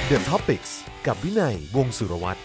The Topics กับวินัยวงศ์สุรวัตร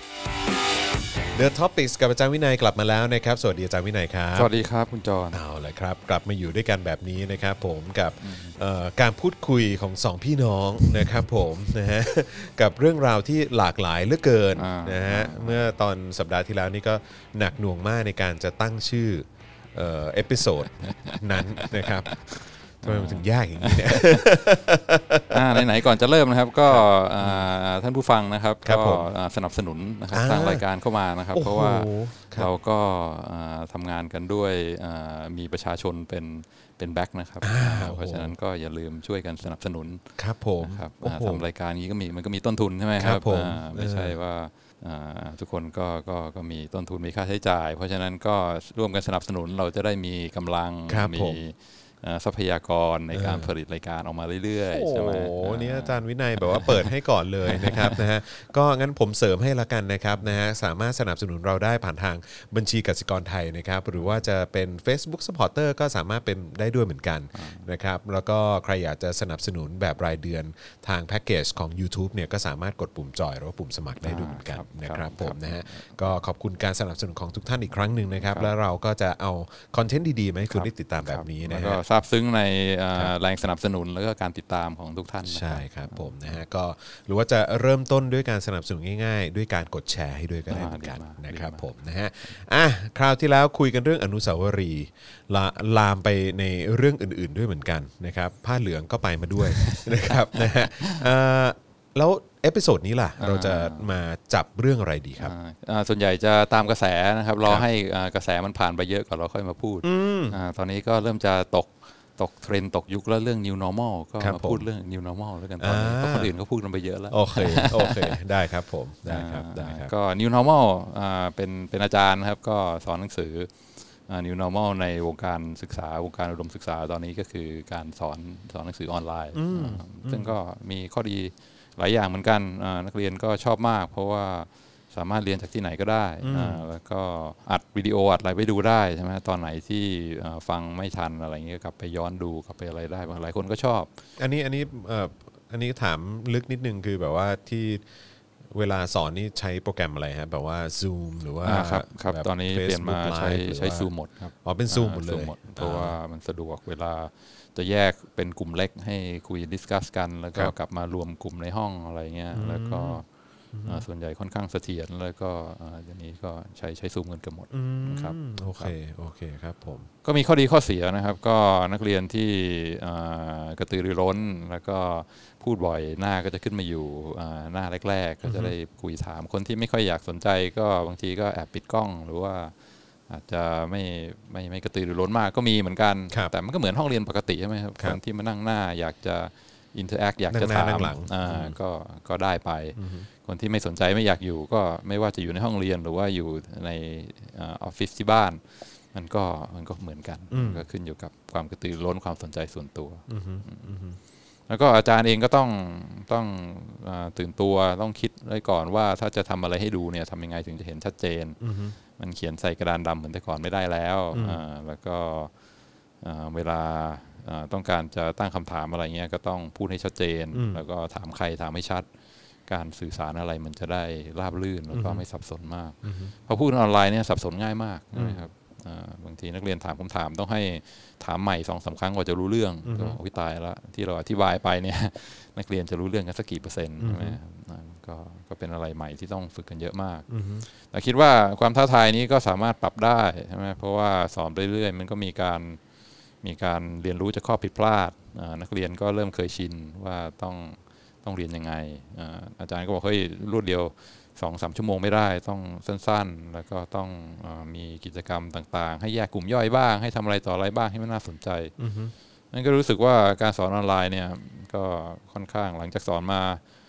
The Topics กับอาจารย์วินัยกลับมาแล้วนะครับสวัสดีอาจารย์วินัยครับสวัสดีครับคุณจรเอาละครับกลับมาอยู่ด้วยกันแบบนี้นะครับผมกับการพูดคุยของสองพี่น้องนะครับผมนะฮะกับเรื่องราวที่หลากหลายเหลือเกินนะฮะเมื่อตอนสัปดาห์ที่แล้วนี่ก็หนักหน่วงมากในการจะตั้งชื่อเอพิโซดนั้นนะครับทำไมมันถึงยากอย่างนี้เนี่ยไหนๆก่อนจะเริ่มนะครับก็ท่านผู้ฟังนะครับก็สนับสนุนนะครับทางรายการเข้ามานะครับเพราะว่าเราก็ทำงานกันด้วยมีประชาชนเป็นแบ็คนะครับเพราะฉะนั้นก็อย่าลืมช่วยกันสนับสนุนครับผมครับทำรายการนี้ก็มันก็มีต้นทุนใช่ไหมครับไม่ใช่ว่าทุกคนก็มีต้นทุนมีค่าใช้จ่ายเพราะฉะนั้นก็ร่วมกันสนับสนุนเราจะได้มีกำลังมีทรัพยากรในการผลิตรายการออกมาเรื่อยๆใช่ไหมโอ้โหนี่อาจารย์วินัยแบบว่าเปิดให้ก่อนเลยนะครับนะฮะก็งั้นผมเสริมให้ละกันนะครับนะฮะสามารถสนับสนุนเราได้ผ่านทางบัญชีกสิกรไทยนะครับหรือว่าจะเป็น Facebook Supporter ก็สามารถเป็นได้ด้วยเหมือนกันนะครับแล้วก็ใครอยากจะสนับสนุนแบบรายเดือนทางแพ็กเกจของ YouTube เนี่ยก็สามารถกดปุ่มจอยหรือว่าปุ่มสมัครได้ด้วยเหมือนกันนะครับผมนะฮะก็ขอบคุณการสนับสนุนของทุกท่านอีกครั้งนึงนะครับแล้วเราก็จะเอาคอนเทนต์ดีๆมาให้คุณได้ติดตามแบบนี้นะฮะซาบซึ้งในแรงสนับสนุนแล้วก็การติดตามของทุกท่านใช่ครับผมนะฮะก็หรือว่าจะเริ่มต้นด้วยการสนับสนุนง่ายๆด้วยการกดแชร์ให้ด้วยก็ได้เหมือนกันนะครับผมนะฮะคราวที่แล้วคุยกันเรื่องอนุสาวรีย์ลามไปในเรื่องอื่นๆด้วยเหมือนกันนะครับผ้าเหลืองก็ไปมาด้วย นะครับนะฮะแล้วเอพิโซดนี้ล่ะเราจะมาจับเรื่องอะไรดีครับส่วนใหญ่จะตามกระแสนะครับรอให้กระแสมันผ่านไปเยอะก่อนเราค่อยมาพูดตอนนี้ก็เริ่มจะตกเทรนด์ตกยุคแล้วเรื่อง new normal ก็มาพูดเรื่อง new normal แล้วกันตอนนี้เพราะคนอื่นเขาพูดกันไปเยอะแล้วโอเคได้ครับผมได้ครับก็ new normal เป็นอาจารย์นะครับก็สอนหนังสือnew normal ในวงการศึกษาวงการอุดมศึกษาตอนนี้ก็คือการสอนหนังสือออนไลน์ซึ่งก็มีข้อดีหลายอย่างเหมือนกันนักเรียนก็ชอบมากเพราะว่าสามารถเรียนจากที่ไหนก็ได้แล้วก็อัดวิดีโออัดอะไรไปดูได้ใช่ไหมตอนไหนที่ฟังไม่ทันอะไรเงี้ยกลับไปย้อนดูกลับไปอะไรได้หลายคนก็ชอบอันนี้ถามลึกนิดนึงคือแบบว่าที่เวลาสอนนี่ใช้โปรแกรมอะไรฮะแบบว่า Zoom หรือว่าครับตอนนี้เปลี่ยนมาใช้ Zoom หมดครับเป็น Zoom หมดเลยเพราะว่ามันสะดวกเวลาจะแยกเป็นกลุ่มเล็กให้คุยดิสคัสกันแล้วก็กลับมารวมกลุ่มในห้องอะไรเงี้ยแล้วก็ส่วนใหญ่ค่อนข้างเสถียรแล้วก็อย่างนี้ก็ใช้ซูมกันกันหมดครับโอเคครับผมก็มีข้อดีข้อเสียนะครับก็นักเรียนที่กระตือรือร้นแล้วก็พูดบ่อยหน้าก็จะขึ้นมาอยู่หน้าแรกๆก็จะได้คุยถามคนที่ไม่ค่อยอยากสนใจก็บางทีก็แอบปิดกล้องหรือว่าอาจจะไม่กระตือรือร้นมากก็มีเหมือนกันแต่มันก็เหมือนห้องเรียนปกติใช่ไหมครับคนที่มานั่งหน้าอยากจะอินเทอร์แอคอยากจะถามก็ได้ไปคนที่ไม่สนใจไม่อยากอยู่ก็ไม่ว่าจะอยู่ในห้องเรียนหรือว่าอยู่ในออฟฟิศที่บ้านมันก็เหมือนกันก็ขึ้นอยู่กับความกระตือรือร้นความสนใจส่วนตัวแล้วก็อาจารย์เองก็ต้องตื่นตัวต้องคิดไว้ก่อนว่าถ้าจะทำอะไรให้ดูเนี่ยทำยังไงถึงจะเห็นชัดเจนมันเขียนใส่กระดานดำเหมือนแต่ก่อนไม่ได้แล้วแล้วก็เวลาต้องการจะตั้งคำถามอะไรเงี้ยก็ต้องพูดให้ชัดเจนแล้วก็ถามใครถามให้ชัดการสื่อสารอะไรมันจะได้ราบรื่นแล้วก็ไม่สับสนมากพอพูดออนไลน์เนี่ยสับสนง่ายมากนะครับบางทีนักเรียนถามคำถามต้องให้ถามใหม่ 2-3 ครั้งกว่าจะรู้เรื่องก็วิตายแล้วที่เราอธิบายไปเนี่ยนักเรียนจะรู้เรื่องกันสักกี่เปอร์เซ็นต์ใช่ไหมก็เป็นอะไรใหม่ที่ต้องฝึกกันเยอะมากแต่คิดว่าความท้าทายนี้ก็สามารถปรับได้ใช่ไหมเพราะว่าสอนเรื่อยๆมันก็มีการเรียนรู้จากข้อผิดพลาดนักเรียนก็เริ่มเคยชินว่าต้องเรียนยังไงอาจารย์ก็บอกเฮ้ยรวดเดียว 2-3 ชั่วโมงไม่ได้ต้องสั้นๆแล้วก็ต้องมีกิจกรรมต่างๆให้แยกกลุ่มย่อยบ้างให้ทำอะไรต่ออะไรบ้างให้มันน่าสนใจนั่นก็รู้สึกว่าการสอนออนไลน์เนี่ยก็ค่อนข้างหลังจากสอนมา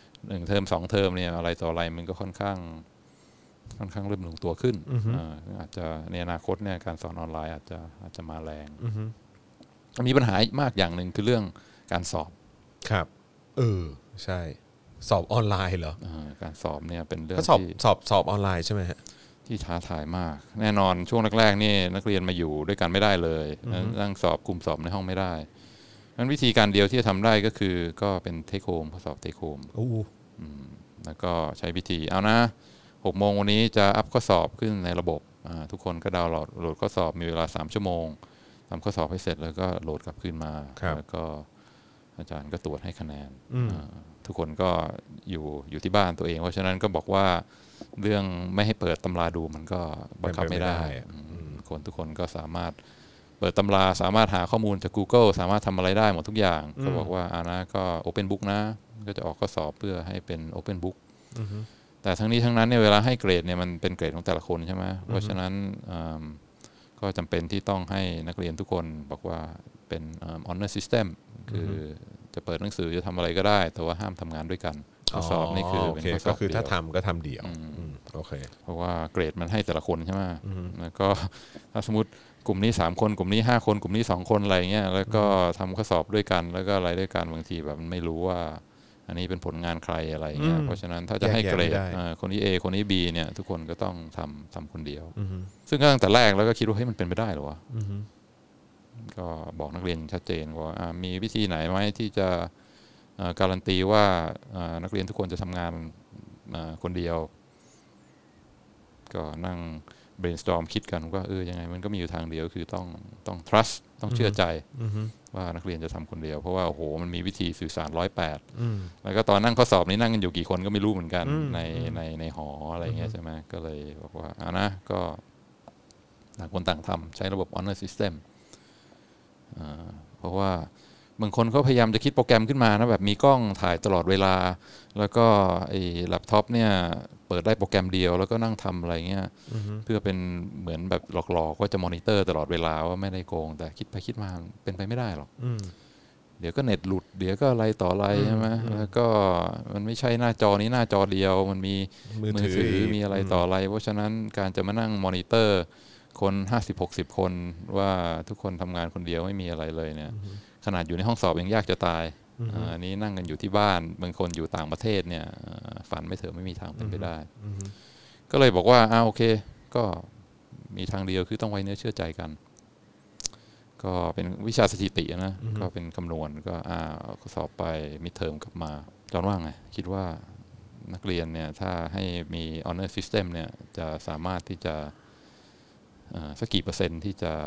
1 เทอม 2 เทอมเนี่ยอะไรต่ออะไรมันก็ค่อนข้างเริ่มลงตัวขึ้นอาจจะในอนาคตเนี่ยการสอนออนไลน์อาจจะมาแรงมีปัญหามากอย่างหนึ่งคือเรื่องการสอบครับใช่สอบออนไลน์เหรอการสอบเนี่ยเป็นเรื่องที่สอบออนไลน์ใช่ไหมฮะที่ท้าทายมากแน่นอนช่วงแรกๆนี่นักเรียนมาอยู่ด้วยกันไม่ได้เลยนั่งสอบกลุ่มสอบในห้องไม่ได้งั้นวิธีการเดียวที่จะทำได้ก็คือก็เป็นเทคโฮมข้อสอบเทคโฮมแล้วก็ใช้วิธีเอานะ6 โมงวันนี้จะอัพข้อสอบขึ้นในระบบทุกคนก็ดาวน์โหลดข้อสอบมีเวลา3 ชั่วโมงทำข้อสอบให้เสร็จแล้วก็โหลดกลับขึ้นมาแล้วก็อาจารย์ก็ตรวจให้คะแนนทุกคนก็อยู่ที่บ้านตัวเองเพราะฉะนั้นก็บอกว่าเรื่องไม่ให้เปิดตำราดูมันก็บังคับไม่ได้คนทุกคนก็สามารถเปิดตำราสามารถหาข้อมูลจาก Google สามารถทำอะไรได้หมดทุกอย่างก็บอกว่านะก็ Open Book นะก็จะออกข้อสอบเพื่อให้เป็น Open Book แต่ทั้งนี้ทั้งนั้นเนี่ยเวลาให้เกรดเนี่ยมันเป็นเกรดของแต่ละคนใช่ไหมเพราะฉะนั้นก็จำเป็นที่ต้องให้นักเรียนทุกคนบอกว่าเป็น honor system คือจะเปิดหนังสือจะทำอะไรก็ได้แต่ว่าห้ามทำงานด้วยกันข้อสอบนี่คือเป็นข้อสอบก็คือถ้าทำก็ทำเดี่ยวโอเคเพราะว่าเกรดมันให้แต่ละคนใช่ไหมแล้วก็ถ้าสมมติกลุ่มนี้3 คนกลุ่มนี้5 คนกลุ่มนี้2 คนอะไรเงี้ยแล้วก็ทำข้อสอบด้วยกันแล้วก็อะไรด้วยกันบางทีแบบมันไม่รู้ว่าอันนี้เป็นผลงานใครอะไรเงี้ยเพราะฉะนั้นถ้าจะให้เกรดคนนี้ A คนนี้ B เนี่ยทุกคนก็ต้องทำคนเดียวซึ่งตั้งแต่แรกแล้วก็คิดว่าเฮ้ยมันเป็นไปได้หรอวะก็บอกนักเรียนชัดเจนว่ามีวิธีไหนไหมที่จะการันตีว่านักเรียนทุกคนจะทำงานคนเดียวก็นั่ง brainstorm คิดกันว่ายังไงมันก็มีอยู่ทางเดียวคือต้อง trust ต้องเชื่อใจว่านักเรียนจะทำคนเดียวเพราะว่าโอ้โหมันมีวิธีสื่อสาร108แล้วก็ตอนนั่งข้อสอบนี้นั่งกันอยู่กี่คนก็ไม่รู้เหมือนกันในหออะไรเงี้ยใช่ไหมก็เลยบอกว่านะก็ต่างคนต่างทำใช้ระบบ honor system เพราะว่าบางคนเขาพยายามจะคิดโปรแกรมขึ้นมานะแบบมีกล้องถ่ายตลอดเวลาแล้วก็ไอ้แล็ปท็อปเนี่ยเปิดได้โปรแกรมเดียวแล้วก็นั่งทำอะไรเงี้ยเพื่อเป็นเหมือนแบบหลอกๆว่าจะมอนิเตอร์ตลอดเวลาว่าไม่ได้โกงแต่คิดไปคิดมาเป็นไปไม่ได้หรอกเดี๋ยวก็เน็ตหลุดเดี๋ยวก็อะไรต่ออะไรใช่ไหมแล้วก็มันไม่ใช่หน้าจอนี้หน้าจอเดียวมันมีมือถือมีอะไรต่ออะไรเพราะฉะนั้นการจะมานั่งมอนิเตอร์คน50-60 คนว่าทุกคนทำงานคนเดียวไม่มีอะไรเลยเนี่ยขนาดอยู่ในห้องสอบยังยากจะตายอันนี้นั่งกันอยู่ที่บ้านบางคนอยู่ต่างประเทศเนี่ยฝันไม่เถอะไม่มีทางเป็นไปได้ก็เลยบอกว่าโอเคก็มีทางเดียวคือต้องไว้เนื้อเชื่อใจกันก็เป็นวิชาสถิตินะก็เป็นคำนวณก็ข้อสอบไปมิดเทอมกลับมาจอนว่าไงคิดว่านักเรียนเนี่ยถ้าให้มี honor system เนี่ยจะสามารถที่จะสักกี่%ที่จะ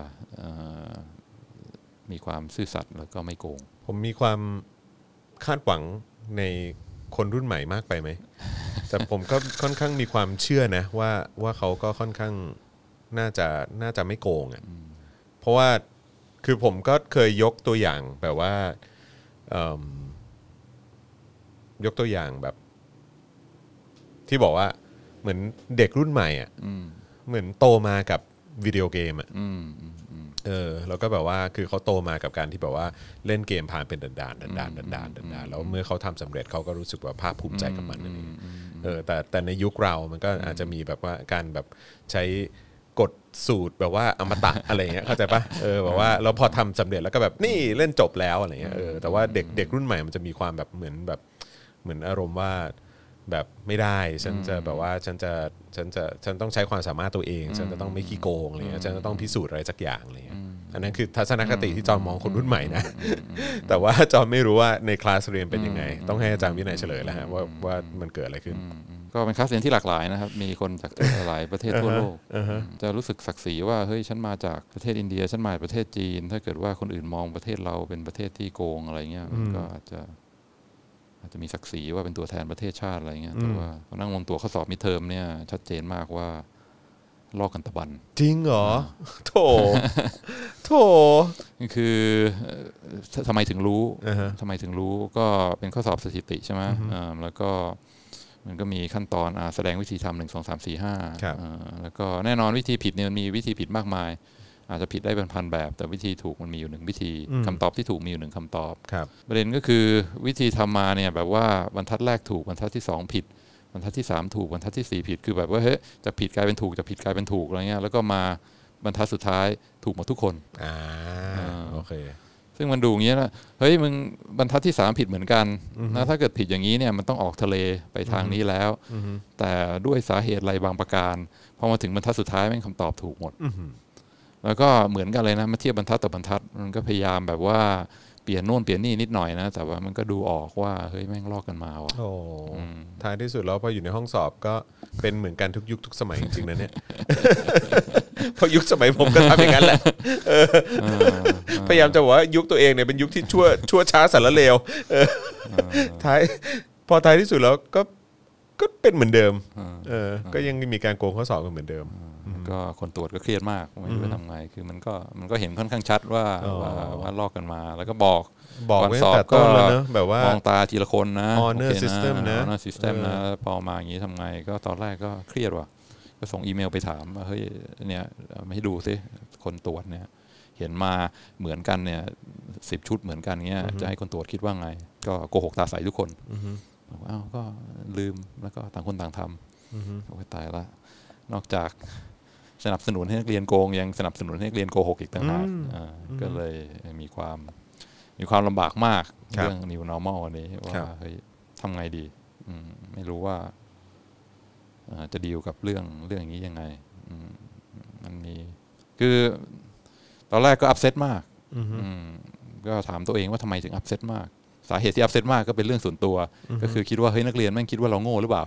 มีความซื่อสัตย์แล้วก็ไม่โกงผมมีความคาดหวังในคนรุ่นใหม่มากไปไหม แต่ผมก็ค่อนข้างมีความเชื่อนะว่าเขาก็ค่อนข้างน่าจะไม่โกงอ่ะเพราะว่าคือผมก็เคยยกตัวอย่างแบบว่ายกตัวอย่างแบบที่บอกว่าเหมือนเด็กรุ่นใหม่อ่ะเหมือนโตมากับวิดีโอเกมอ่ะแล้วก็แบบว่าคือเขาโตมากับการที่แบบว่าเล่นเกมผ่านเป็นด่านแล้วเมื่อเขาทำสำเร็จเขาก็รู้สึกว่าภาคภูมิใจกับมันนั่นเองแต่ในยุคเรามันก็อาจจะมีแบบว่าการแบบใช้กฎสูตรแบบว่าอมตะอะไรเงี้ยเข้าใจปะแบบว่าเราพอทำสำเร็จแล้วก็แบบนี่เล่นจบแล้วอะไรเงี้ยแต่ว่าเด็กรุ่นใหม่มันจะมีความแบบเหมือนอารมณ์ว่าแบบไม่ได้ฉันจะแบบว่าฉันต้องใช้ความสามารถตัวเองฉันจะต้องไม่ขี้โกงอะไรเงี้ยฉันจะต้องพิสูจน์อะไรสักอย่างอะไรเงี้ยอันนั้นคือทัศนคติที่จอมมองคนรุ่นใหม่นะแต่ว่าจอมไม่รู้ว่าในคลาสเรียนเป็นยังไงต้องให้อาจารย์วินัยเฉลยแล้วฮะว่ามันเกิดอะไรขึ้นก็เป็นคลาสเรียนที่หลากหลายนะครับมีคนจากหลายประเทศทั่วโลกจะรู้สึกศักดิ์ศรีว่าเฮ้ยฉันมาจากประเทศอินเดียฉันมาจากประเทศจีนถ้าเกิดว่าคนอื่นมองประเทศเราเป็นประเทศที่โกงอะไรเงี้ยก็อาจจะมีศักดิ์ศรีว่าเป็นตัวแทนประเทศชาติอะไรเงี้ยแต่ว่าพอนั่งลงตัวข้อสอบมิดเทอมเนี่ยชัดเจนมากว่าลอกกันตะบันจริงเหรอโถคือทำไมถึงรู้ก็เป็นข้อสอบสถิติใช่ไหมแล้วก็มันก็มีขั้นตอนแสดงวิธีทำ1 2 3 4 5แล้วก็แน่นอนวิธีผิดเนี่ยมันมีวิธีผิดมากมายอาจจะผิดได้เป็นพันแบบแต่วิธีถูกมันมีอยู่1วิธีคำตอบที่ถูกมีอยู่1คำตอบประเด็นก็คือวิธีทำมาเนี่ยแบบว่าบรรทัดแรกถูกบรรทัดที่2ผิดบรรทัดที่3ถูกบรรทัดที่4ผิดคือแบบว่าเฮ้ยจะผิดกลายเป็นถูกจะผิดกลายเป็นถูกอะไรเงี้ยแล้วก็มาบรรทัดสุดท้ายถูกหมดทุกคนโอเคซึ่งมันดูอย่างเงี้ยนะเฮ้ยมึงบรรทัดที่3ผิดเหมือนกันนะถ้าเกิดผิดอย่างนี้เนี่ยมันต้องออกทะเลไปทางนี้แล้วแต่ด้วยสาเหตุอะไรบางประการพอมาถึงบรรทัดสุดท้ายแม่งคำตอบถูกหมดแล้วก็เหมือนกันเลยนะมาเทียบบรรทัดต่อบรรทัดมันก็พยายามแบบว่าเปลี่ยนโน่นเปลี่ยนนี่นิดหน่อยนะแต่ว่ามันก็ดูออกว่าเฮ้ยแม่งลอกกันมาว่ะโอ้ท้ายที่สุดแล้วพออยู่ในห้องสอบก็เป็นเหมือนกันทุกยุคทุกสมัยจริงๆนะเนี่ย เพราะยุคสมัยผมก็ทำอย่างนั้นแหละพยายามจะบอกว่ายุคตัวเองเนี่ยเป็นยุคที่ชั่วช้าสารเลวพอท้ายที่สุดแล้วก็เป็นเหมือนเดิมก็ยังมีการโกงข้อสอบกันเหมือนเดิมก็คนตรวจก็เครียดมากไม่รู้จะทำไงคือมันก็เห็นค่อนข้างชัดว่าลอกกันมาแล้วก็บอกไว้ตั้งแต่ต้นแล้วเนอะแบบว่ามองตาทีละคนนะ honor system นะ honor system นะพอมาอย่างนี้ทำไงก็ตอนแรกก็เครียดว่ะก็ส่งอีเมลไปถามว่าเฮ้ยเนี่ยมาให้ดูสิคนตรวจเนี่ยเห็นมาเหมือนกันเนี่ย10 ชุดเหมือนกันเงี้ยจะให้คนตรวจคิดว่าไงก็โกหกตาใสทุกคนอ้าวก็ลืมแล้วก็ต่างคนต่างทำโอ้ยตายละนอกจากสนับสนุนให้นักเรียนโกงยังสนับสนุนให้นักเรียนโกหกอีกต่างหากก็เลยมีความลำบากมากเรื่อง New Normal วันนี้ว่าเฮ้ยทำไงดีไม่รู้ว่าจะดีลกับเรื่องอย่างนี้ยังไงมันมีคือตอนแรกก็อัพเซตมากก็ถามตัวเองว่าทำไมถึงอัพเซตมากสาเหตุที่อัพเซตมากก็เป็นเรื่องส่วนตัวก็คือคิดว่าเฮ้ยนักเรียนแม่งคิดว่าเราโง่หรือเปล่า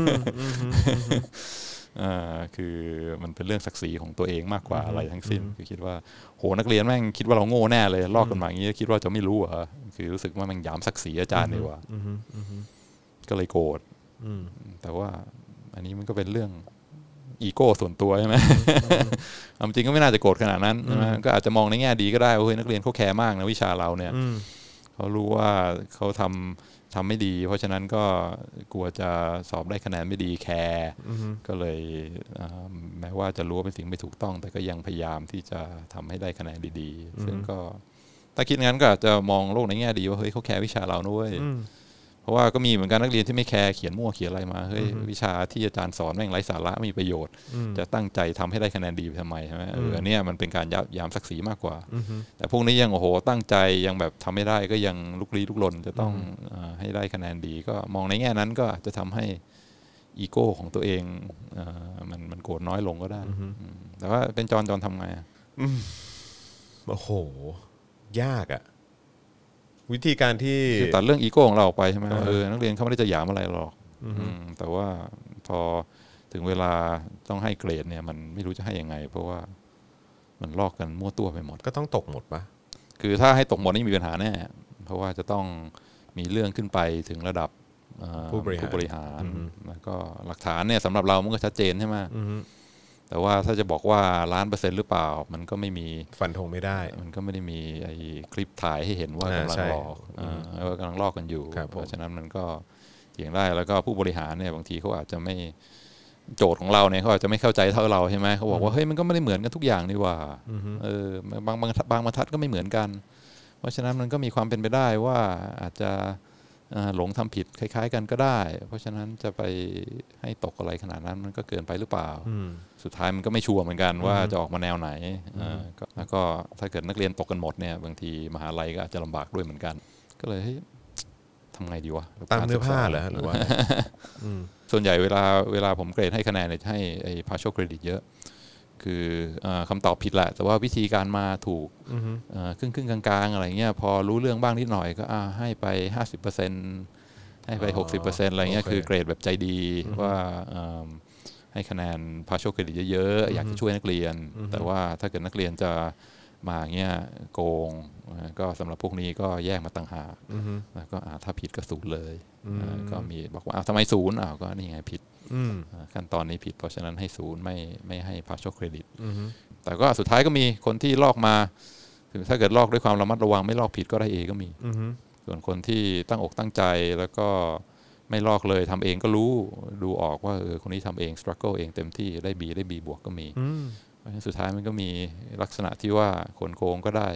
คือมันเป็นเรื่องศักดิ์ศรีของตัวเองมากกว่าอะไรทั้งสิ้นคือคิดว่าโหนักเรียนแม่งคิดว่าเราโง่แน่เลยลอกกันมาอย่างนี้คิดว่าจะไม่รู้เหรอคือรู้สึกว่ามันหยามศักดิ์ศรีอาจารย์ดีกว่าก็เลยโกรธแต่ว่าอันนี้มันก็เป็นเรื่องอีโก้ส่วนตัวใช่ไหมจริงก็ไม่น่าจะโกรธขนาดนั้นใช่ไหมก็อาจจะมองในแง่ดีก็ได้ว่าเฮ้ยนักเรียนเขาแคร์มากนะวิชาเราเนี่ยเขารู้ว่าเขาทำไม่ดีเพราะฉะนั้นก็กลัวจะสอบได้คะแนนไม่ดีแคร์ก็เลยแม้ว่าจะรู้ว่าเป็นสิ่งไม่ถูกต้องแต่ก็ยังพยายามที่จะทำให้ได้คะแนนดีๆซึ่งก็ถ้าคิดงั้นก็อาจจะมองโลกในแง่ดีว่าเฮ้ยเขาแคร์วิชาเราด้วยเพราะว่าก็มีเหมือนกันนักเรียนที่ไม่แคร์เขียนมั่วเขียนอะไรมาเฮ้ยวิชาที่อาจารย์สอนแม่งไร้สาระไม่มีประโยชน์จะตั้งใจทำให้ได้คะแนนดีไปทำไมใช่ไหมอันนี้มันเป็นการยามศักดิ์ศรีมากกว่าแต่พวกนี้ยังโอ้โหตั้งใจยังแบบทำไม่ได้ก็ยังลุกลี้ลุกลนจะต้องให้ได้คะแนนดีก็มองในแง่นั้นก็จะทำให้อีโก้ของตัวเองมันโกรธน้อยลงก็ได้แต่ว่าเป็นจอนทำไงโอ้โหยากอ่ะวิธีการที่คือตัดเรื่องอีโก้ของเราออกไปใช่ไหมนักเรียนเขาไม่ได้จะหยามอะไรหรอกแต่ว่าพอถึงเวลาต้องให้เกรดเนี่ยมันไม่รู้จะให้ยังไงเพราะว่ามันลอกกันมั่วตัวไปหมดก็ต้องตกหมดปะคือถ้าให้ตกหมดนี่มีปัญหาแน่เพราะว่าจะต้องมีเรื่องขึ้นไปถึงระดับผู้บริหารแล้วก็หลักฐานเนี่ยสำหรับเรามันก็ชัดเจนใช่ไหมแต่ว่าถ้าจะบอกว่า1,000,000%หรือเปล่ามันก็ไม่มีฟันธงไม่ได้มันก็ไม่ได้มีไอ้คลิปถ่ายให้เห็นว่ากำลังหลอกว่ากำลังลอกกันอยู่เพราะฉะนั้นมันก็เถียงได้แล้วก็ผู้บริหารเนี่ยบางทีเขาอาจจะไม่โจทย์ของเราเนี่ยเขาอาจจะไม่เข้าใจเท่าเราใช่ไหมเขาบอกว่าเฮ้ยมันก็ไม่ได้เหมือนกันทุกอย่างนี่ว่าบางบรรทัดก็ไม่เหมือนกันเพราะฉะนั้นมันก็มีความเป็นไปได้ว่าอาจจะหลงทำผิดคล้ายๆกันก็ได้เพราะฉะนั้นจะไปให้ตกอะไรขนาดนั้นมันก็เกินไปหรือเปล่าสุดท้ายมันก็ไม่ชัวร์เหมือนกันว่าจะออกมาแนวไหนแล้วก็ถ้าเกิดนักเรียนตกกันหมดเนี่ยบางทีมหาลัยก็อาจจะลำบากด้วยเหมือนกันก็เลยทำไงดีวะตามเนื้อผ้าเหรอหรือว่าส่วนใหญ่เวลาผมเกรดให้คะแนนเนี่ยให้ไอ้ partial credit เยอะคือคำตอบผิดแหละแต่ว่าวิธีการมาถูกครึ่งกลางๆอะไรเงี้ยพอรู้เรื่องบ้างนิดหน่อยก็ให้ไป 50% ให้ไป 60% อะไรเงี้ยคือเกรดแบบใจดีว่าให้คะแนน partial credit เยอะๆอยากจะช่วยนักเรียนแต่ว่าถ้าเกิดนักเรียนจะมาเงี้ยโกงก็สำหรับพวกนี้ก็แยกมาต่างหากแล้วก็ถ้าผิดก็ศูนย์เลยก็มีบอกว่าทำไมศูนย์ก็นี่ไงผิดขั้นตอนนี้ผิดเพราะฉะนั้นให้ศูนย์ไม่ให้ partial credit แต่ก็สุดท้ายก็มีคนที่ลอกมาถึงถ้าเกิดลอกด้วยความระมัดระวังไม่ลอกผิดก็ได้ A ก็มีส่วนคนที่ตั้งอกตั้งใจแล้วก็ไม่ลอกเลยทำเองก็รู้ดูออกว่าคนนี้ทำเอง struggle เองเต็มที่ได้ B บวกก็มีสุดท้ายมันก็มีลักษณะที่ว่าคนโกงก็ได้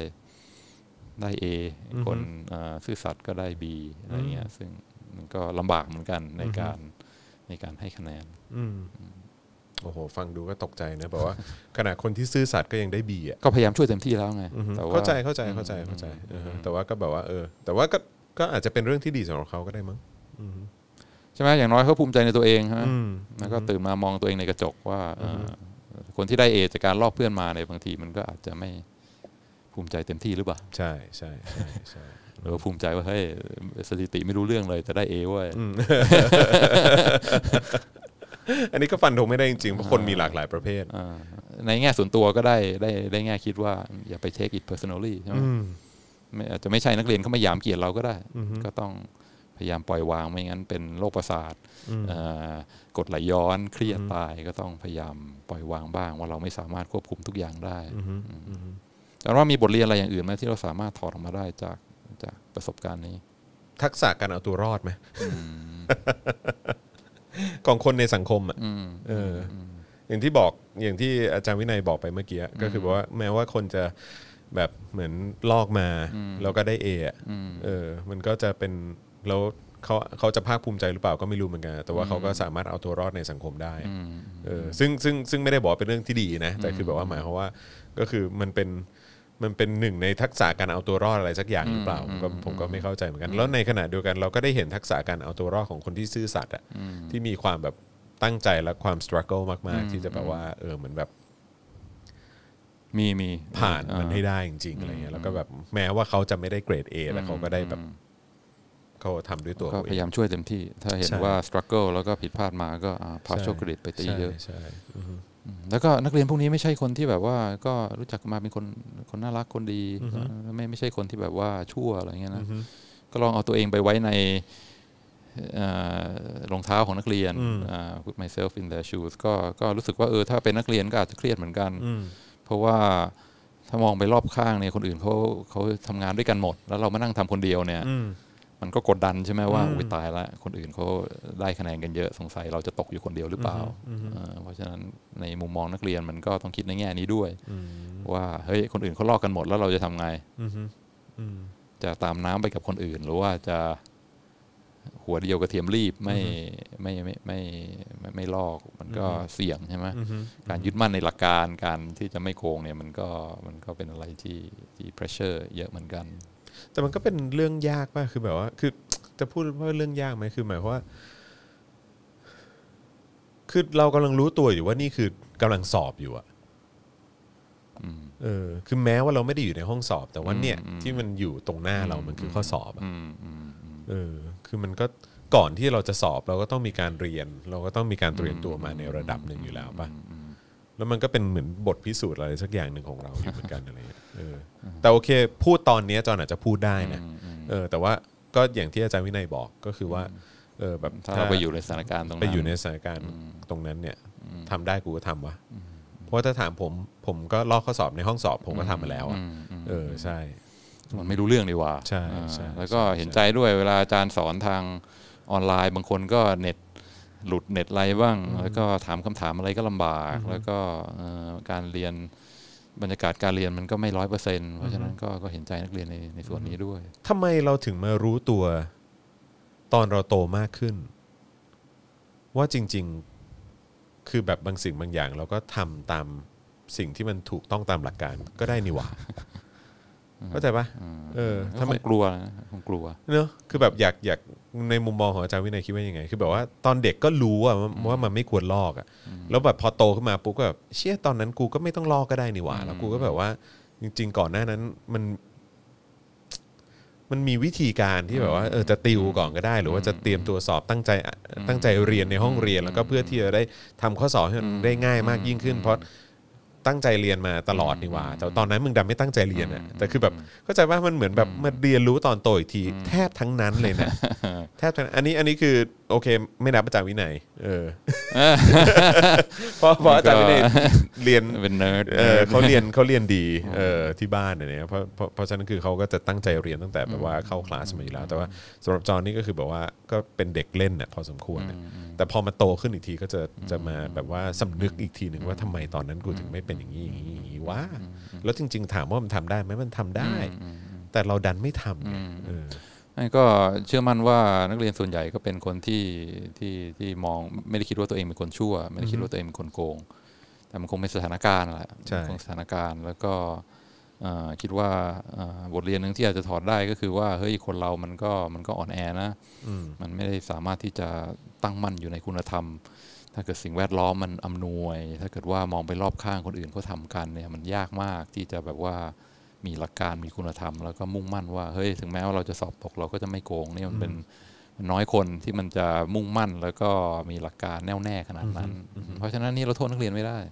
A คนซื่อสัตย์ก็ได้ B อะไรเงี้ยซึ่งมันก็ลำบากเหมือนกันในการให้คะแนนโอ้โหฟังดูก็ตกใจนะบอกว่าขณะคนที่ซื่อสัตย์ก็ยังได้ B อ่ะก็พยายามช่วยเต็มที่แล้วไงเข้าใจแต่ว่าก็แบบว่าแต่ว่าก็อาจจะเป็นเรื่องที่ดีสำหรับเขาก็ได้มั้งใช่ไหมอย่างน้อยเขาภูมิใจในตัวเองใช่ไหมแล้วก็ตื่นมามองตัวเองในกระจกว่าคนที่ได้ A จากการลอกเพื่อนมาในบางทีมันก็อาจจะภูมิใจเต็มที่หรือเปล่าใช่ใช่ใช่ใช่หรือว่าภูมิใจว่าเฮ้ยสถิติไม่รู้เรื่องเลยแต่ได้ A เว้ยอันนี้ก็ฟันธงไม่ได้จริงๆเพราะคนมีหลากหลายประเภทในแง่ส่วนตัวก็ได้แง่คิดว่าอย่าไป take it personally ใช่ไหมอาจจะไม่ใช่นักเรียนเขาไม่หยามเกียรติเราก็ได้ก็ต้องพยายามปล่อยวางไม่งั้นเป็นโรคประสาทกดไหลย้อนเครียดตายก็ต้องพยายามปล่อยวางบ้างว่าเราไม่สามารถควบคุมทุกอย่างได้แต่ว่ามีบทเรียนอะไรอย่างอื่นไหมที่เราสามารถถอดออกมาได้จากประสบการณ์นี้ทักษะการเอาตัวรอดไหมของคนในสังคมอ่ะอย่างที่บอกอย่างที่อาจารย์วินัยบอกไปเมื่อกี้ก็คือว่าแม้ว่าคนจะแบบเหมือนลอกมาแล้วก็ได้เออ่ะมันก็จะเป็นแล้วเขาจะภาคภูมิใจหรือเปล่าก็ไม่รู้เหมือนกันแต่ว่าเขาก็สามารถเอาตัวรอดในสังคมได้ซึ่งไม่ได้บอกเป็นเรื่องที่ดีนะแต่คือแบบว่าหมายความว่าก็คือมันเป็นหนึ่งในทักษะการเอาตัวรอดอะไรสักอย่างหรือเปล่าผมก็ไม่เข้าใจเหมือนกันแล้วในขณะเดียวกันเราก็ได้เห็นทักษะการเอาตัวรอดของคนที่ซื่อสัตย์อ่ะที่มีความแบบตั้งใจและความ struggle มากๆที่จะแบบว่าเหมือนแบบมีผ่านมันให้ได้จริงๆอะไรเงี้ยแล้วก็แบบแม้ว่าเขาจะไม่ได้เกรด A แต่เขาก็ได้แบบเขาทำด้วยตัวก็พยายามช่วยเต็มที่ถ้าเห็นว่า struggle แล้วก็ผิดพลาดมาก็partial credit ไปตีเยอะแล้วก็นักเรียนพวกนี้ไม่ใช่คนที่แบบว่าก็รู้จักมาเป็นคนน่ารักคนดีไม่ใช่คนที่แบบว่าชั่วอะไรเงี้ยนะก็ลองเอาตัวเองไปไว้ในรองเท้าของนักเรียนput myself in their shoes ก็รู้สึกว่าถ้าเป็นนักเรียนก็อาจจะเครียดเหมือนกันเพราะว่าถ้ามองไปรอบข้างเนี่ยคนอื่นเขาทำงานด้วยกันหมดแล้วเรามานั่งทำคนเดียวเนี่ยมันก็กดดันใช่ไหมว่าอุ๊ยตายละคนอื่นเขาได้คะแนนกันเยอะสงสัยเราจะตกอยู่คนเดียวหรือเปล่าเพราะฉะนั้นในมุมมองนักเรียนมันก็ต้องคิดในแง่นี้ด้วยว่าเฮ้ยคนอื่นเขาลอกกันหมดแล้วเราจะทำไงจะตามน้ำไปกับคนอื่นหรือว่าจะหัวเดียวกระเทียมรีบไม่ลอกมันก็เสี่ยงใช่ไหมการยึดมั่นในหลักการการที่จะไม่โกงเนี่ยมันก็เป็นอะไรที่ pressure เยอะเหมือนกันแต่มันก็เป็นเรื่องยากป่ะคือแบบว่าคือจะพูดว่าเรื่องยากไหมคือหมายว่าคือเรากำลังรู้ตัวอยู่ว่านี่คือกำลังสอบอยู่อะคือแม้ว่าเราไม่ได้อยู่ในห้องสอบแต่ว่าเนี่ยที่มันอยู่ตรงหน้าเรามันคือข้อสอบอะคือมันก็ก่อนที่เราจะสอบเราก็ต้องมีการเรียนเราก็ต้องมีการเตรียมตัวมาในระดับหนึ่งอยู่แล้วป่ะแล้วมันก็เป็นเหมือนบทพิสูจน์อะไรสักอย่างหนึ่งของเราอยู่เหมือนกันอะไรเงี้ยแต่โอเคพูดตอนนี้จอนอาจจะพูดได้นะแต่ว่าก็อย่างที่อาจารย์วินัยบอกก็คือว่าแบบถ้าเราไปอยู่ในสถานการณ์ตรงนั้นไปอยู่ในสถานการณ์ตรงนั้นเนี่ยทำได้กูก็ทำวะเพราะถ้าถามผมก็ลอกข้อสอบในห้องสอบผมก็ทำมาแล้วใช่มันไม่รู้เรื่องดีว่าใช่แล้วก็เห็นใจด้วยเวลาอาจารย์สอนทางออนไลน์บางคนก็เน็ตหลุดเน็ตอะไรบ้างแล้วก็ถามคำถามอะไรก็ลำบากแล้วก็การเรียนบรรยากาศการเรียนมันก็ไม่100%เพราะฉะนั้นก็เห็นใจนักเรียนในส่วนนี้ด้วยทำไมเราถึงมารู้ตัวตอนเราโตมากขึ้นว่าจริงๆคือแบบบางสิ่งบางอย่างเราก็ทำตามสิ่งที่มันถูกต้องตามหลักการก็ได้นี่หว่าเข้าใจปะทำไมกลัวคงกลัวเนอะคือแบบอยากในมุมมองของอาจารย์วินัยคิดว่ายังไงคือแบบว่าตอนเด็กก็รู้ว่ามันไม่ควรลอกอ่ะแล้วแบบพอโตขึ้นมาปุ๊บก็แบบเชี่ยตอนนั้นกูก็ไม่ต้องลอกก็ได้นี่หว่าแล้วกูก็แบบว่าจริงๆก่อนหน้านั้นมันมีวิธีการที่แบบว่าจะติวก่อนก็ได้หรือว่าจะเตรียมตัวสอบตั้งใจเรียนในห้องเรียนแล้วก็เพื่อที่จะได้ทำข้อสอบให้มันได้ง่ายมากยิ่งขึ้นเพราะตั้งใจเรียนมาตลอดนี่หว่าแต่ตอนนั้นมึงดันไม่ตั้งใจเรียนอ่ะแต่คือแบบเข้าใจว่ามันเหมือนแบบมาเรียนรู้ตอนโตอีกทีแทบทั้งนั้นเลยนะแทบทั้งอันนี้คือโอเคไม่นับอาจารย์วินัยเพราะอาจารย์วินัยเรียนเป็นเนิร์ดเขาเรียนดีที่บ้านเนี่ยเพราะฉะนั้นคือเขาก็จะตั้งใจเรียนตั้งแต่แบบว่าเข้าคลาสมาอยู่แล้วแต่ว่าสำหรับจอห์นนี่ก็คือแบบว่าก็เป็นเด็กเล่นน่ะพอสมควรแต่พอมาโตขึ้นอีกทีก็จะมาแบบว่าสำนึกอีกทีหนึ่งว่าทำไมตอนนั้นกูถึงไม่เป็นอย่างนี้วะแล้วจริงๆถามว่ามันทำได้ไหมมันทำได้แต่เราดันไม่ทำเนี่ยก็เชื่อมั่นว่านักเรียนส่วนใหญ่ก็เป็นคนที่มองไม่ได้คิดว่าตัวเองเป็นคนชั่วไม่ได้คิดว่าตัวเองเป็นคนโกงแต่มันคงเป็นสถานการณ์แหละคงสถานการณ์แล้วก็คิดว่าบทเรียนนึงที่อาจจะถอดได้ก็คือว่าเฮ้ยคนเรามันก็อ่อนแอนะมันไม่ได้สามารถที่จะตั้งมั่นอยู่ในคุณธรรมถ้าเกิดสิ่งแวดล้อมมันอำนวยถ้าเกิดว่ามองไปรอบข้างคนอื่นเขาทำกันเนี่ยมันยากมากที่จะแบบว่ามีหลักการมีคุณธรรมแล้วก็มุ่งมั่นว่าเฮ้ยถึงแม้ว่าเราจะสอบตกเราก็จะไม่โกงนี่มันเป็นน้อยคนที่มันจะมุ่งมั่นแล้วก็มีหลักการแน่วแน่ขนาดนั้นเพราะฉะนั้นนี่เราโทษนักเรียนไม่ได้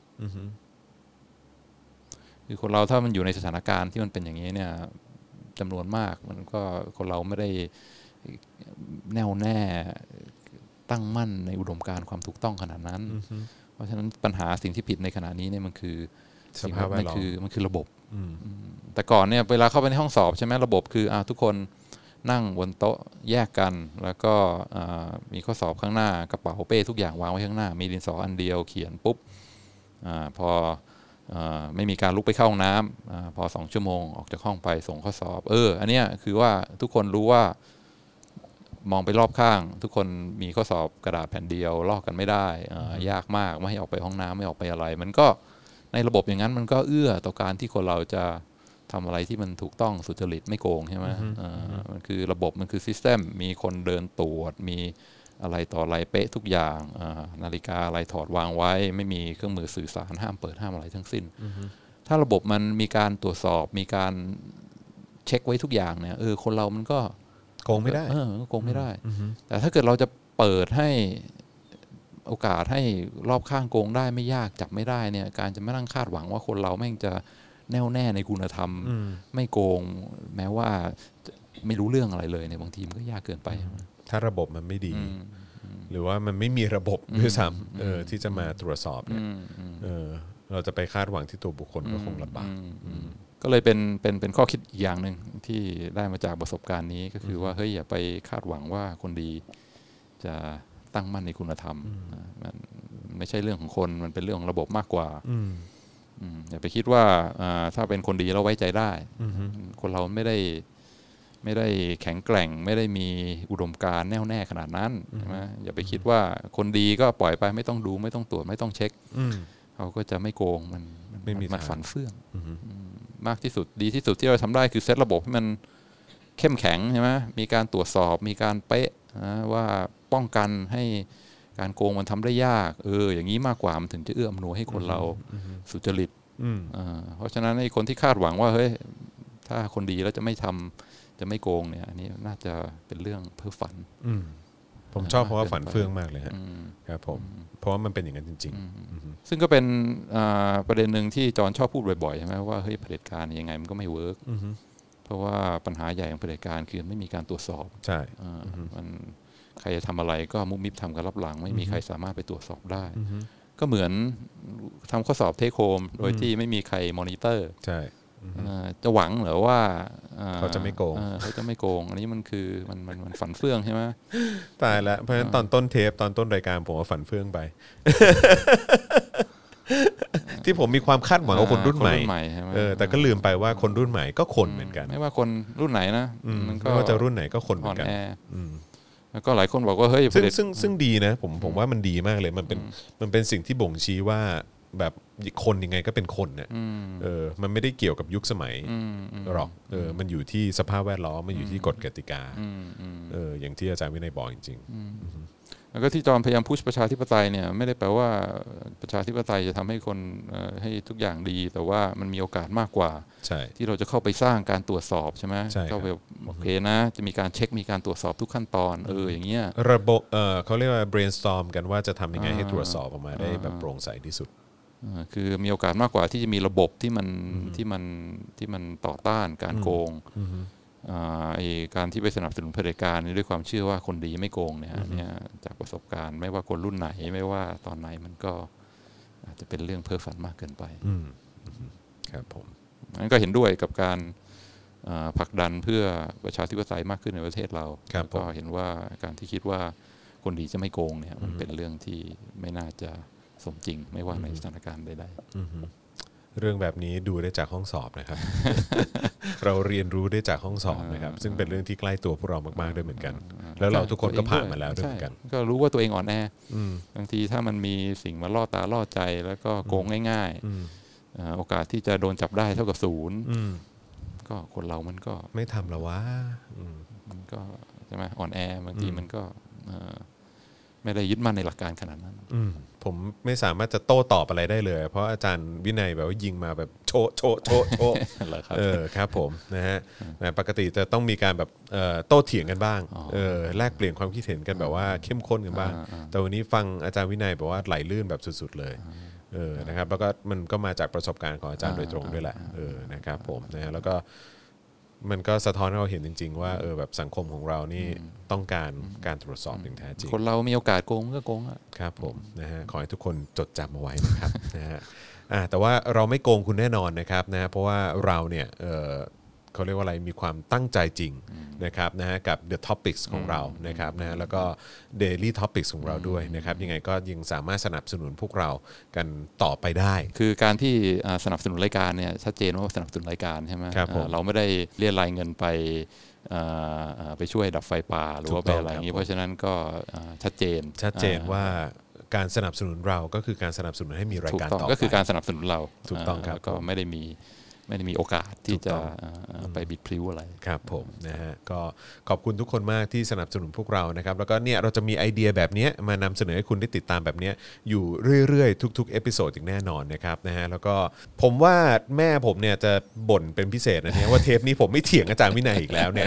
คือคนเราถ้ามันอยู่ในสถานการณ์ที่มันเป็นอย่างนี้เนี่ยจำนวนมากมันก็คนเราไม่ได้แน่วแน่ตั้งมั่นในอุดมการณ์ความถูกต้องขนาดนั้นเพราะฉะนั้นปัญหาสิ่งที่ผิดในขณะนี้เนี่ยมันคือสภาพแวดล้อมมันคือระบบแต่ก่อนเนี่ยเวลาเข้าไปในห้องสอบใช่ไหมระบบคือทุกคนนั่งบนโต๊ะแยกกันแล้วก็มีข้อสอบข้างหน้ากระเป๋าเป้ทุกอย่างวางไว้ข้างหน้ามีดินสออันเดียวเขียนปุ๊บพอไม่มีการลุกไปเข้าห้องน้ำพอ2 ชั่วโมงออกจากห้องไปส่งข้อสอบอันเนี้ยคือว่าทุกคนรู้ว่ามองไปรอบข้างทุกคนมีข้อสอบกระดาษแผ่นเดียวลอกกันไม่ได้ยากมากไม่ให้ออกไปห้องน้ำไม่ออกไปอะไรมันก็ในระบบอย่างนั้นมันก็เอื้อต่อการที่คนเราจะทำอะไรที่มันถูกต้องสุจริตไม่โกงใช่ไหมมันคือระบบมันคือซิสเต็มมีคนเดินตรวจมีอะไรต่ออะไรเป๊ะทุกอย่างนาฬิกาอะไรถอดวางไว้ไม่มีเครื่องมือสื่อสารห้ามเปิดห้ามอะไรทั้งสิ้นถ้าระบบมันมีการตรวจสอบมีการเช็คไว้ทุกอย่างเนี่ยคนเรามันก็โกงไม่ได้โกงไม่ได้แต่ถ้าเกิดเราจะเปิดให้โอกาสให้รอบข้างโกงได้ไม่ยากจับไม่ได้เนี่ยการจะไม่นั่งคาดหวังว่าคนเราแม่งจะแน่วแน่ในคุณธรรมไม่โกงแม้ว่าไม่รู้เรื่องอะไรเลยเนี่ยบางทีมันก็ยากเกินไปถ้าระบบมันไม่ดีหรือว่ามันไม่มีระบบด้วยซ้ำที่จะมาตรวจสอบเนี่ยเราจะไปคาดหวังที่ตัวบุคคลก็คงลำบากก็เลยเป็นข้อคิดอีกอย่างหนึ่งที่ได้มาจากประสบการณ์นี้ก็คือว่าเฮ้ยอย่าไปคาดหวังว่าคนดีจะตั้งมั่นในคุณธรรมมันไม่ใช่เรื่องของคนมันเป็นเรื่องของระบบมากกว่าอย่าไปคิดว่าถ้าเป็นคนดีเราไว้ใจได้คนเราไม่ได้แข็งแกร่งไม่ได้มีอุดมการณ์แน่วแน่ขนาดนั้นใช่ไหมอย่าไปคิดว่าคนดีก็ปล่อยไปไม่ต้องดูไม่ต้องตรวจไม่ต้องเช็คเขาก็จะไม่โกงมันฝันเฟื่องมากที่สุดดีที่สุดที่เราทำได้คือเซตระบบให้มันเข้มแข็งใช่ไหมมีการตรวจสอบมีการเป๊ะว่าป้องกันให้การโกงมันทำได้ยากอย่างนี้มากกว่ามันถึงจะเอื้ออำนวยให้คนเราสุจริตเพราะฉะนั้นไอ้คนที่คาดหวังว่าเฮ้ยถ้าคนดีแล้วจะไม่ทำจะไม่โกงเนี่ยอันนี้น่าจะเป็นเรื่องเพ้อฝันผมชอบเพราะว่าฝันเฟื่องมากเลยครับผมเพราะว่ามันเป็นอย่างนั้นจริงๆซึ่งก็เป็นประเด็นหนึ่งที่จอนชอบพูดบ่อยๆใช่ไหมว่าเฮ้ยเผด็จการยังไงมันก็ไม่เวิร์กเพราะว่าปัญหาใหญ่ของเผด็จการคือไม่มีการตรวจสอบใช่มันใครจะทำอะไรก็มุบมิบทำกันรับหลังไม่มีใครสามารถไปตรวจสอบได้ก็เหมือนทำข้อสอบเทคโฮมโดยที่ไม่มีใครมอนิเตอร์ใช่จะหวังเหรอว่าเขาจะไม่โกงเขาจะไม่โกงอันนี้มันคือมันฝันเฟื่องใช่ไหมตายแล้วเพราะฉะนั้นตอนต้นเทปตอนต้นรายการผมว่าฝันเฟื่องไป ที่ผมมีความคาดหวังกับคนรุ่นใหม่แต่ก็ลืมไปว่าคนรุ่นใหม่ก็คนเหมือนกันไม่ว่าคนรุ่นไหนนะไม่ว่าจะรุ่นไหนก็คนเหมือนกันแล้วก็หลายคนบอกว่าเฮ้ยซึ่งดีนะผมว่ามันดีมากเลยมันเป็นสิ่งที่บ่งชี้ว่าแบบคนยังไงก็เป็นคนเนี่ยมันไม่ได้เกี่ยวกับยุคสมัยหรอกมันอยู่ที่สภาพแวดล้อมมันอยู่ที่กฎกติกาอย่างที่อาจารย์วินัยบอกจริงๆแล้วก็ที่จอมพยายามพุชประชาธิปไตยเนี่ยไม่ได้แปลว่าประชาธิปไตยจะทำให้คนให้ทุกอย่างดีแต่ว่ามันมีโอกาสมากกว่าที่เราจะเข้าไปสร้างการตรวจสอบใช่ไหมเข้าไปโอเคนะจะมีการเช็คมีการตรวจสอบทุกขั้นตอนอย่างเงี้ยระบบเขาเรียกว่า brainstorm กันว่าจะทำยังไงให้ตรวจสอบออกมาได้แบบโปร่งใสที่สุดคือมีโอกาสมากกว่าที่จะมีระบบที่มันต่อต้านการโกงการที่ไปสนับสนุนเผด็จการด้วยความเชื่อว่าคนดีไม่โกงเนี่ยจากประสบการณ์ไม่ว่าคนรุ่นไหนไม่ว่าตอนไหนมันก็อาจจะเป็นเรื่องเพ้อฝันมากเกินไปครับผมนั้นก็เห็นด้วยกับการผลักดันเพื่อประชาธิปไตยมากขึ้นในประเทศเราก็เห็นว่าการที่คิดว่าคนดีจะไม่โกงเนี่ยมันเป็นเรื่องที่ไม่น่าจะสมจริงไม่ว่าในสถานการณ์ใดๆเรื่องแบบนี้ดูได้จากห้องสอบนะครับ เราเรียนรู้ได้จากห้องสอบนะครับซึ่งเป็นเรื่องที่ใกล้ตัวพวกเรามากๆด้วยเหมือนกันแล้วเราทุกคนก็ผ่านมาแล้วด้วยเหมือนกันก็รู้ว่าตัวเองอ่อนแอบางทีถ้ามันมีสิ่งมาล่อตาล่อใจแล้วก็โกงง่ายๆโอกาสที่จะโดนจับได้เท่ากับศูนย์ก็คนเรามันก็ไม่ทำแล้ววะมันก็ใช่ไหมอ่อนแอบางทีมันก็ไม่ได้ยึดมั่นในหลักการขนาดนั้นผมไม่สามารถจะโต้ตอบอะไรได้เลยเพราะอาจารย์วินัยแบบว่ายิงมาแบบโชะครับผมนะฮะปกติจะต้องมีการแบบโต้เถียงกันบ้างแลกเปลี่ยนความคิดเห็นกันแบบว่าเข้มข้นกันบ้างแต่วันนี้ฟังอาจารย์วินัยแบบว่าไหลลื่นแบบสุดๆเลยนะครับแล้วก็มันก็มาจากประสบการณ์ของอาจารย์โดยตรงด้วยแหละนะครับผมนะฮะแล้วก็มันก็สะท้อนให้เราเห็นจริงๆว่าแบบสังคมของเรานี่ต้องการตรวจสอบอย่างแท้จริงคนเรามีโอกาสโกงก็โกงครับผมนะฮะขอให้ทุกคนจดจำเอาไว้นะครับนะฮะแต่ว่าเราไม่โกงคุณแน่นอนนะครับนะเพราะว่าเราเนี่ยเขาเรียกว่าอะไรมีความตั้งใจจริงนะครับนะฮะกับ The Topics ของเรานะครับนะแล้วก็ Daily Topics ของเราด้วยนะครับยังไงก็ยังสามารถสนับสนุนพวกเรากันต่อไปได้คือการที่สนับสนุนรายการเนี่ยชัดเจนว่าสนับสนุนรายการใช่ไหมเราไม่ได้เรียรายเงินไปช่วยดับไฟป่าหรือว่าไปอะไรอย่างนี้เพราะฉะนั้นก็ชัดเจนว่าการสนับสนุนเราก็คือการสนับสนุนให้มีรายการต่อไปก็คือการสนับสนุนเราถูกต้องครับก็ไม่ได้มีโอกาสที่จะไปบิดพลิ้วอะไรครับผมนะฮะก็ขอบคุณทุกคนมากที่สนับสนุนพวกเรานะครับแล้วก็เนี่ยเราจะมีไอเดียแบบนี้มานำเสนอให้คุณได้ติดตามแบบนี้อยู่เรื่อยๆทุกๆเอพิโซดอย่างแน่นอนนะครับนะฮะแล้วก็ผมว่าแม่ผมเนี่ยจะบ่นเป็นพิเศษนะเนี่ยว่าเทปนี้ผมไม่เถียงอาจารย์วินัยอีกแล้วเนี่ย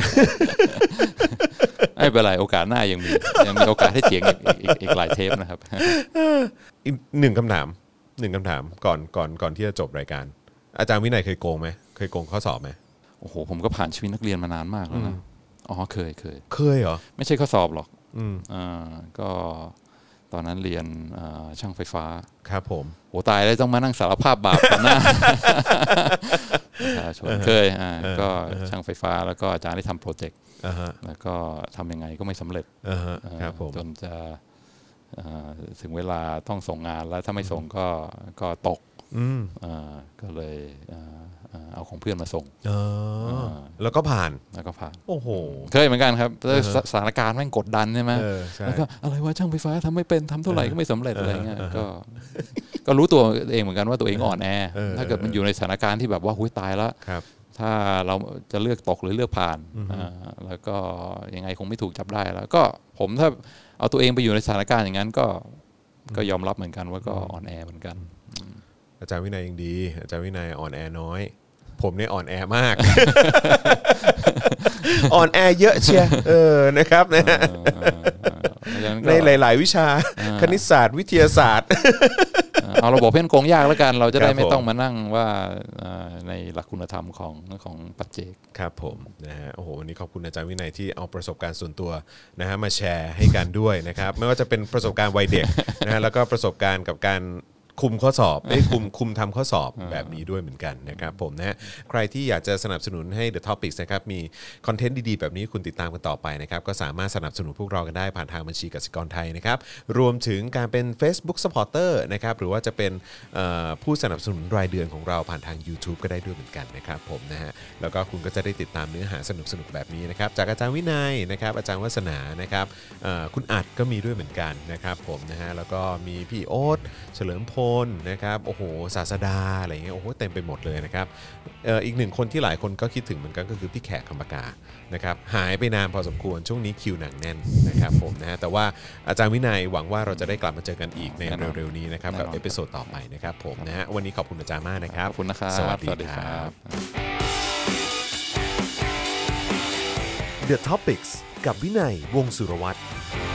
ไม่เป็นไรโอกาสหน้ายังมีโอกาสให้เถียงอีกหลายเทปนะครับอีกหนึ่งคำถามก่อนที่จะจบรายการอาจารย์วินัยเคยโกงไหมเคยโกงข้อสอบไหมโอ้โหผมก็ผ่านชีวิตนักเรียนมานานมากแล้วนะเคยเหรอไม่ใช่ข้อสอบหรอกก็ตอนนั้นเรียนช่างไฟฟ้าครับผมโหตายแล้วต้องมานั่งสารภาพบาปต่อหน้าประชาชนเคยก็ช่างไฟฟ้าแล้วก็อาจารย์ได้ทำโปรเจกต์แล้วก็ทำยังไงก็ไม่สำเร็จจนจะถึงเวลาต้องส่งงานแล้วถ้าไม่ส่งก็ตกก็เลยเอาของเพื่อนมาส่งแล้วก็ผ่านโอ้โหเคยเหมือนกันครับสถานการณ์แม่งกดดันใช่ไหมแล้วก็อะไรวะช่างไฟฟ้าทำไม่เป็นทำเท่าไหร่ก็ไม่สำเร็จอะไรเงี้ยก็รู้ตัวเองเหมือนกันว่าตัวเองอ่อนแอถ้าเกิดมันอยู่ในสถานการณ์ที่แบบว่าหุ้ยตายแล้วถ้าเราจะเลือกตกหรือเลือกผ่านแล้วก็ยังไงคงไม่ถูกจับได้แล้วก็ผมถ้าเอาตัวเองไปอยู่ในสถานการณ์อย่างนั้นก็ยอมรับเหมือนกันว่าก็อ่อนแอเหมือนกันอาจารย์วินัยยังดีอาจารย์วินัยอ่อนแอน้อยผมเนี่ยอ่อนแอมากอ่อนแอเยอะเชียนะครับนะในหลายๆวิชาคณิตศาสตร์วิทยาศาสตร์เอาระบบเพ่นโกงยากแล้วกันเราจะได้ไม่ต้องมานั่งว่าในหลักคุณธรรมของปัจเจกครับผมนะฮะโอ้โหวันนี้ขอบคุณอาจารย์วินัยที่เอาประสบการณ์ส่วนตัวนะฮะมาแชร์ให้กันด้วยนะครับไม่ว่าจะเป็นประสบการณ์วัยเด็กนะฮะแล้วก็ประสบการณ์กับการคุมข้อสอบคุมทำข้อสอบแบบนี้ด้วยเหมือนกันนะครับผมนะใครที่อยากจะสนับสนุนให้ The Topics นะครับมีคอนเทนต์ดีๆแบบนี้คุณติดตามกันต่อไปนะครับก็สามารถสนับสนุนพวกเรากันได้ผ่านทางบัญชีกสิกรไทยนะครับรวมถึงการเป็น Facebook Supporter นะครับหรือว่าจะเป็นผู้สนับสนุนรายเดือนของเราผ่านทาง YouTube ก็ได้ด้วยเหมือนกันนะครับผมนะฮะแล้วก็คุณก็จะได้ติดตามเนื้อหาสนุกๆแบบนี้นะครับจากอาจารย์วินัยนะครับอาจารย์วัฒนานะครับคุณอัดก็มีด้วยเหมือนกันนะครับผมนะฮะแล้วก็มีพี่โอ๊ตเฉลิมพลนะครับโอ้โหศาสดาอะไรเงี้ยโอ้โหเต็มไปหมดเลยนะครับอีกหนึ่งคนที่หลายคนก็คิดถึงเหมือนกันก็คือพี่แขกคำปากานะครับหายไปนานพอสมควรช่วงนี้คิวหนังแน่นนะครับผมนะฮะแต่ว่าอาจารย์วินัยหวังว่าเราจะได้กลับมาเจอกันอีกในเร็วๆนี้นะครับกับเอพิโซดต่อไปนะครับผมนะฮะวันนี้ขอบคุณอาจารย์มากนะครับขอบคุณนะครับสวัสดีครับ The Topics กับวินัยวงศ์สุรวัตร